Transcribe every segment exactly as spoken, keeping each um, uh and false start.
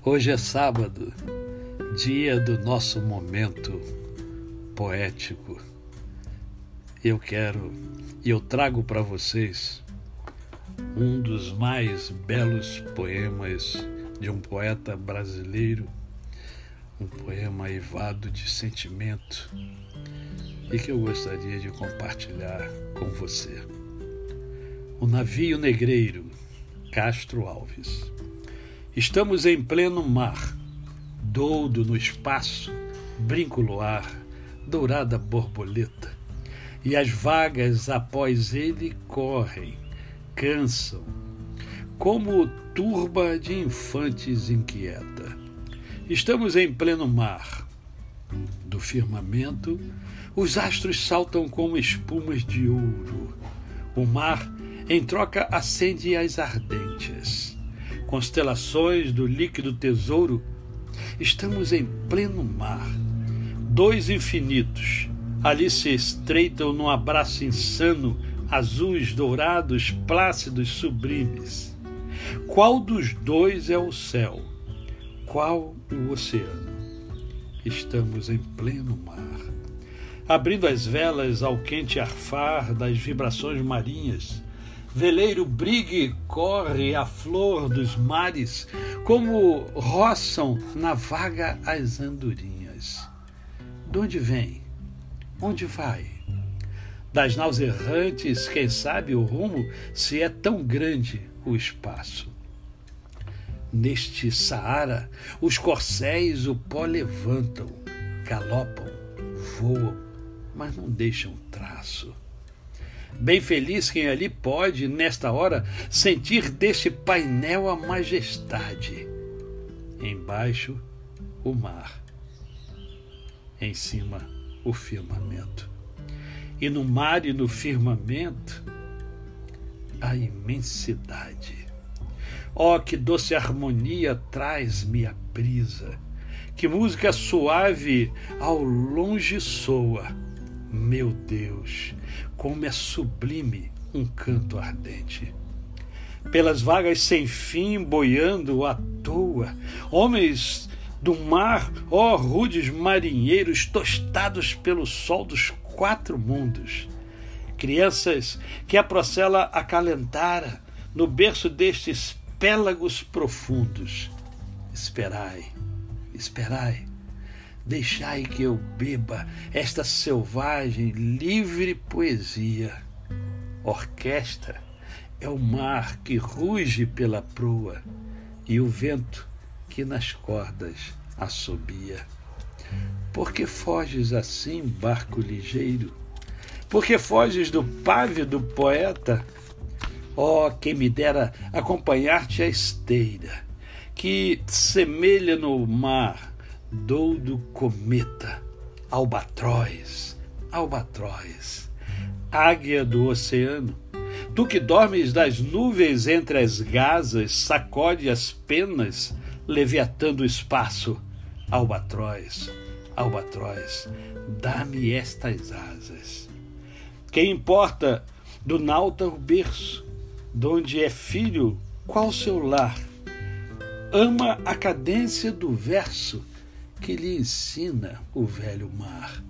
Hoje é sábado, dia do nosso momento poético. Eu quero e eu trago para vocês um dos mais belos poemas de um poeta brasileiro, um poema eivado de sentimento e que eu gostaria de compartilhar com você. O Navio Negreiro, Castro Alves. Estamos em pleno mar, doudo no espaço, brinco luar, dourada borboleta, e as vagas após ele correm, cansam, como turba de infantes inquieta. Estamos em pleno mar. Do firmamento, os astros saltam como espumas de ouro. O mar, em troca, acende as ardentes constelações do líquido tesouro. Estamos em pleno mar. Dois infinitos ali se estreitam num abraço insano, azuis, dourados, plácidos, sublimes. Qual dos dois é o céu? Qual o oceano? Estamos em pleno mar. Abrindo as velas ao quente arfar das vibrações marinhas, veleiro brigue corre a flor dos mares, como roçam na vaga as andorinhas. De onde vem? Onde vai? Das naus errantes, quem sabe o rumo, se é tão grande o espaço. Neste Saara, os corcéis o pó levantam, galopam, voam, mas não deixam traço. Bem feliz quem ali pode, nesta hora, sentir deste painel a majestade. Embaixo, o mar. Em cima, o firmamento. E no mar e no firmamento, a imensidade. Oh, que doce harmonia traz-me a brisa. Que música suave ao longe soa. Meu Deus, como é sublime um canto ardente. Pelas vagas sem fim, boiando à toa, homens do mar, ó rudes marinheiros, tostados pelo sol dos quatro mundos. Crianças que a procela acalentara no berço destes pélagos profundos. Esperai, esperai. Deixai que eu beba esta selvagem, livre poesia. Orquestra é o mar que ruge pela proa e o vento que nas cordas assobia. Por que foges assim, barco ligeiro? Por que foges do pávido poeta? Oh, quem me dera acompanhar-te à esteira, que semelha no mar doudo cometa, albatroz, albatroz, águia do oceano, tu que dormes das nuvens entre as gazas, sacode as penas, leviatando o espaço, albatroz, albatroz, dá-me estas asas. Quem importa do nauta o berço, donde é filho, qual seu lar? Ama a cadência do verso que lhe ensina o velho mar.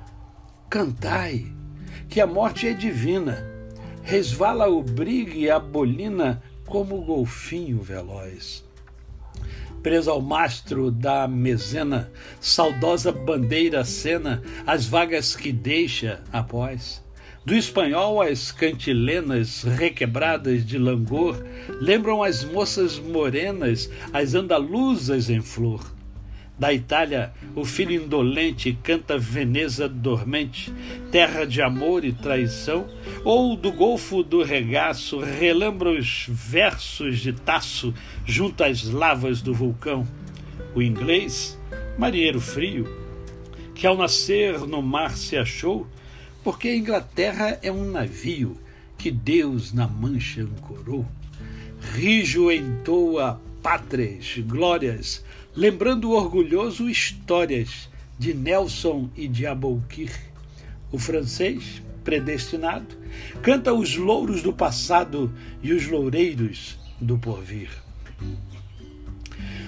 Cantai, que a morte é divina, resvala o brigue e a bolina como o golfinho veloz. Presa ao mastro da mezena, saudosa bandeira acena as vagas que deixa após. Do espanhol as cantilenas requebradas de langor lembram as moças morenas, as andaluzas em flor. Da Itália, o filho indolente canta Veneza dormente, terra de amor e traição, ou do Golfo do Regaço relembra os versos de Tasso junto às lavas do vulcão. O inglês, marinheiro frio, que ao nascer no mar se achou, porque a Inglaterra é um navio que Deus na mancha ancorou. Rijo entoa pátrias, glórias, lembrando orgulhoso histórias de Nelson e de Aboukir. O francês, predestinado, canta os louros do passado e os loureiros do porvir.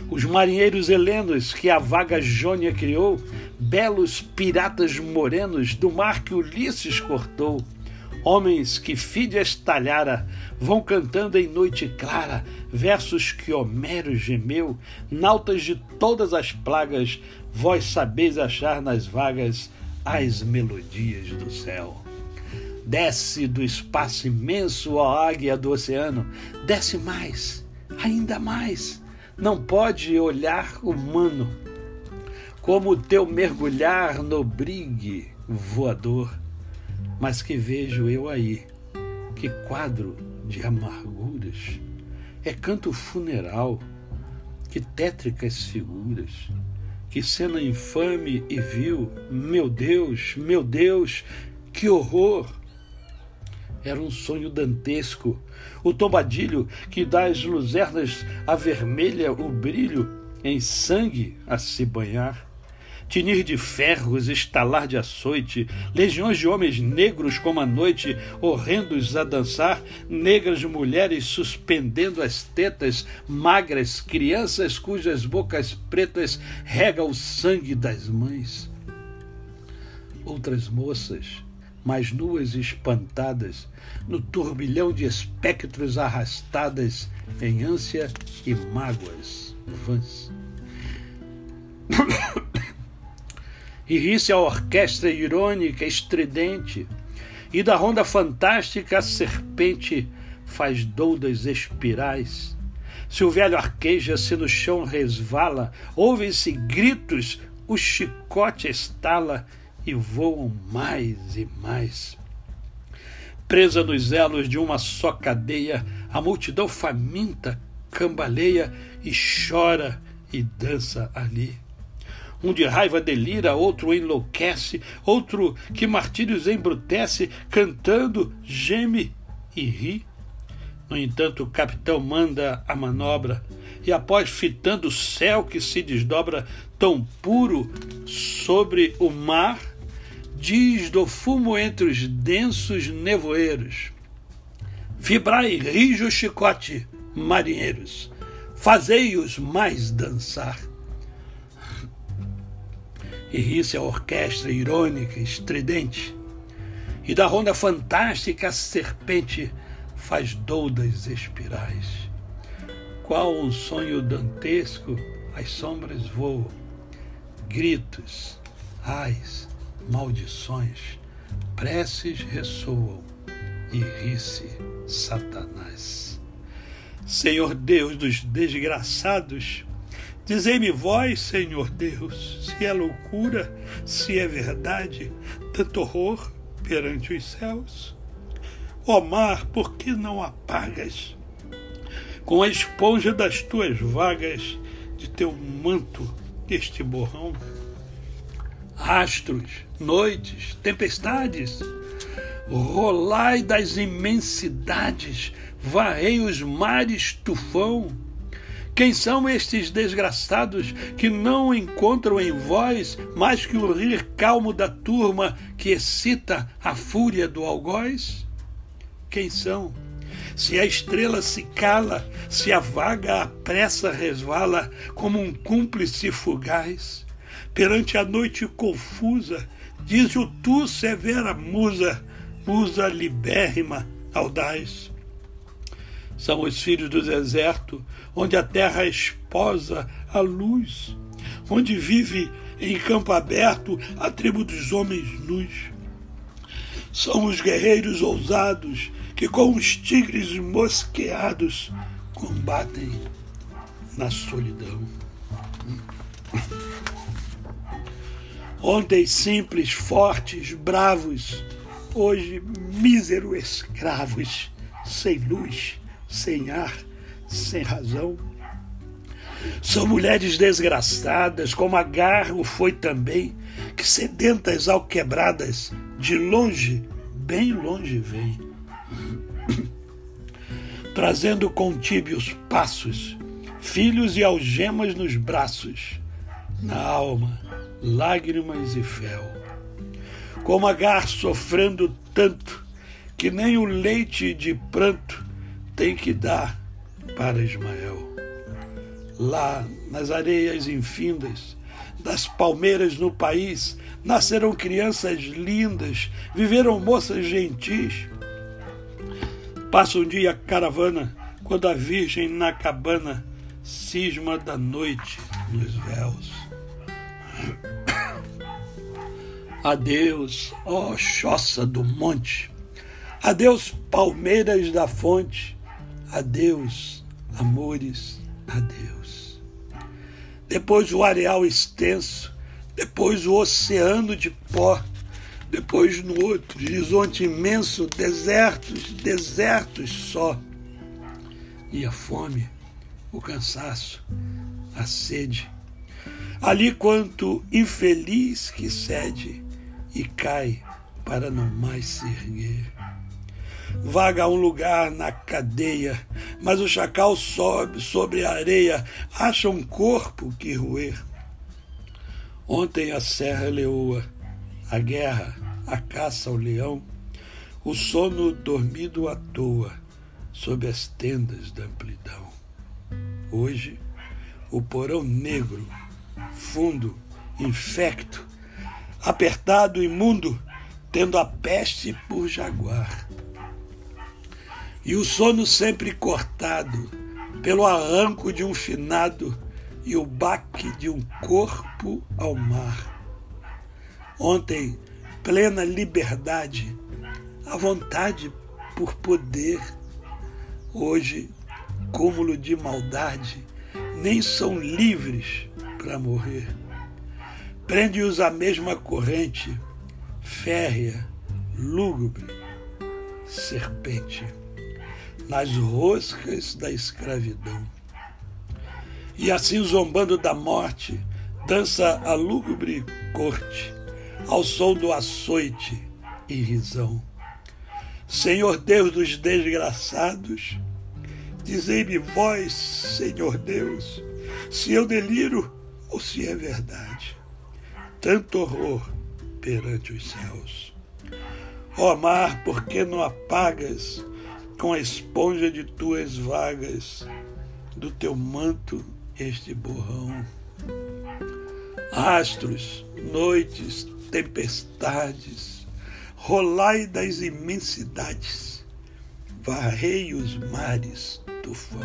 Os marinheiros helenos que a vaga Jônia criou, belos piratas morenos do mar que Ulisses cortou, homens que Fídias talhara, vão cantando em noite clara versos que Homero gemeu, nautas de todas as plagas, vós sabeis achar nas vagas as melodias do céu. Desce do espaço imenso, ó águia do oceano, desce mais, ainda mais, não pode olhar humano, como o teu mergulhar no brigue voador, mas que vejo eu aí, que quadro de amarguras, é canto funeral, que tétricas figuras, que cena infame e vil, meu Deus, meu Deus, que horror! Era um sonho dantesco, o tombadilho que dá às luzernas avermelha o brilho, em sangue a se banhar. Tinir de ferros, estalar de açoite, legiões de homens negros como a noite, horrendos a dançar, negras mulheres suspendendo as tetas, magras crianças cujas bocas pretas rega o sangue das mães. Outras moças, mais nuas e espantadas, no turbilhão de espectros arrastadas em ânsia e mágoas vãs. E ri-se a orquestra irônica, estridente, e da ronda fantástica a serpente faz doudas espirais. Se o velho arqueja, se no chão resvala, ouvem-se gritos, o chicote estala, e voam mais e mais. Presa nos elos de uma só cadeia, a multidão faminta cambaleia e chora e dança ali. Um de raiva delira, outro enlouquece, outro que martírios embrutece, cantando, geme e ri. No entanto, o capitão manda a manobra, e após fitando o céu que se desdobra tão puro sobre o mar, diz do fumo entre os densos nevoeiros: vibrai rijo chicote, marinheiros, fazei-os mais dançar. E ri-se a orquestra irônica, estridente, e da ronda fantástica a serpente faz doudas espirais. Qual um sonho dantesco, as sombras voam, gritos, ais, maldições, preces ressoam, e ri-se Satanás. Senhor Deus dos desgraçados, dizei-me vós, Senhor Deus, se é loucura, se é verdade, tanto horror perante os céus. Ó mar, por que não apagas, com a esponja das tuas vagas, de teu manto, este borrão? Astros, noites, tempestades, rolai das imensidades, varrei os mares tufão. Quem são estes desgraçados que não encontram em vós mais que o rir calmo da turma que excita a fúria do algoz? Quem são? Se a estrela se cala, se a vaga à pressa resvala como um cúmplice fugaz, perante a noite confusa, diz o tu, severa musa, musa libérrima, audaz. São os filhos do deserto, onde a terra esposa a luz, onde vive em campo aberto a tribo dos homens nus. São os guerreiros ousados que com os tigres mosqueados combatem na solidão. Ontem simples, fortes, bravos, hoje míseros escravos, sem luz, sem ar, sem razão. São mulheres desgraçadas, como Agar o foi também, que sedentas alquebradas, de longe, bem longe vêm, trazendo com tíbios passos, filhos e algemas nos braços, na alma, lágrimas e fel. Como Agar sofrendo tanto, que nem o leite de pranto tem que dar para Ismael. Lá, nas areias infindas das palmeiras no país, nasceram crianças lindas, viveram moças gentis. Passa um dia a caravana, quando a Virgem na cabana cisma da noite nos véus. Adeus, ó choça do monte, adeus, palmeiras da fonte, adeus, amores, adeus. Depois o areal extenso, depois o oceano de pó, depois no outro horizonte imenso, desertos, desertos só. E a fome, o cansaço, a sede. Ali quanto infeliz que cede e cai para não mais se erguer. Vaga um lugar na cadeia, mas o chacal sobe sobre a areia, acha um corpo que roer. Ontem a serra leoa, a guerra, a caça ao leão, o sono dormido à toa, sob as tendas da amplidão. Hoje, o porão negro, fundo, infecto, apertado, imundo, tendo a peste por jaguar. E o sono sempre cortado pelo arranco de um finado e o baque de um corpo ao mar. Ontem, plena liberdade, a vontade por poder. Hoje, cúmulo de maldade, nem são livres para morrer. Prende-os a mesma corrente, férrea, lúgubre, serpente, nas roscas da escravidão. E assim, zombando da morte, dança a lúgubre corte, ao som do açoite e risão. Senhor Deus dos desgraçados, dizei-me vós, Senhor Deus, se eu deliro ou se é verdade. Tanto horror perante os céus. Ó mar, por que não apagas com a esponja de tuas vagas do teu manto este borrão? Astros, noites, tempestades, rolai das imensidades, varrei os mares, tufão.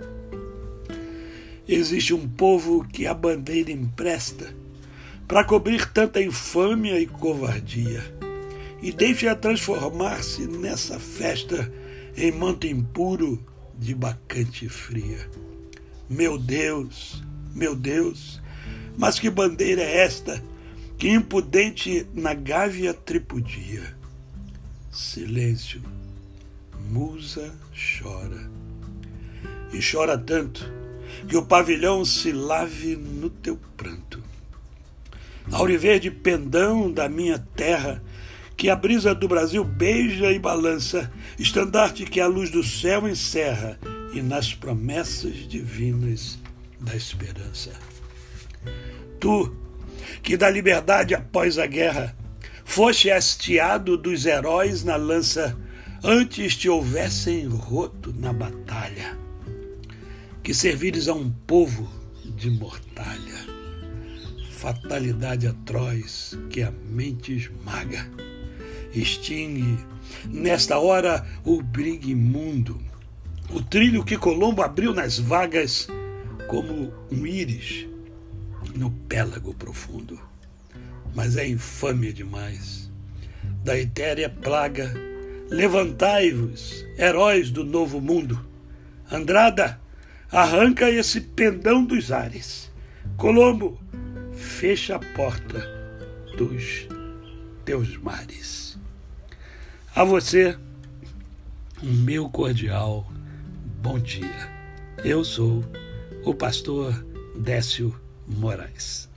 Existe um povo que a bandeira empresta para cobrir tanta infâmia e covardia, e deixa transformar-se nessa festa em manto impuro de bacante fria. Meu Deus, meu Deus, mas que bandeira é esta que impudente na gávea tripudia? Silêncio, musa chora, e chora tanto que o pavilhão se lave no teu pranto. Auriverde pendão da minha terra, que a brisa do Brasil beija e balança, estandarte que a luz do céu encerra, e nas promessas divinas da esperança. Tu, que da liberdade após a guerra, foste hasteado dos heróis na lança, antes te houvessem roto na batalha, que servires a um povo de mortalha, fatalidade atroz que a mente esmaga, extingue nesta hora o brigue imundo, o trilho que Colombo abriu nas vagas como um íris no pélago profundo. Mas é infâmia demais. Da etérea plaga, levantai-vos, heróis do novo mundo. Andrada, arranca esse pendão dos ares. Colombo, fecha a porta dos teus mares. A você, um meu cordial bom dia. Eu sou o pastor Décio Moraes.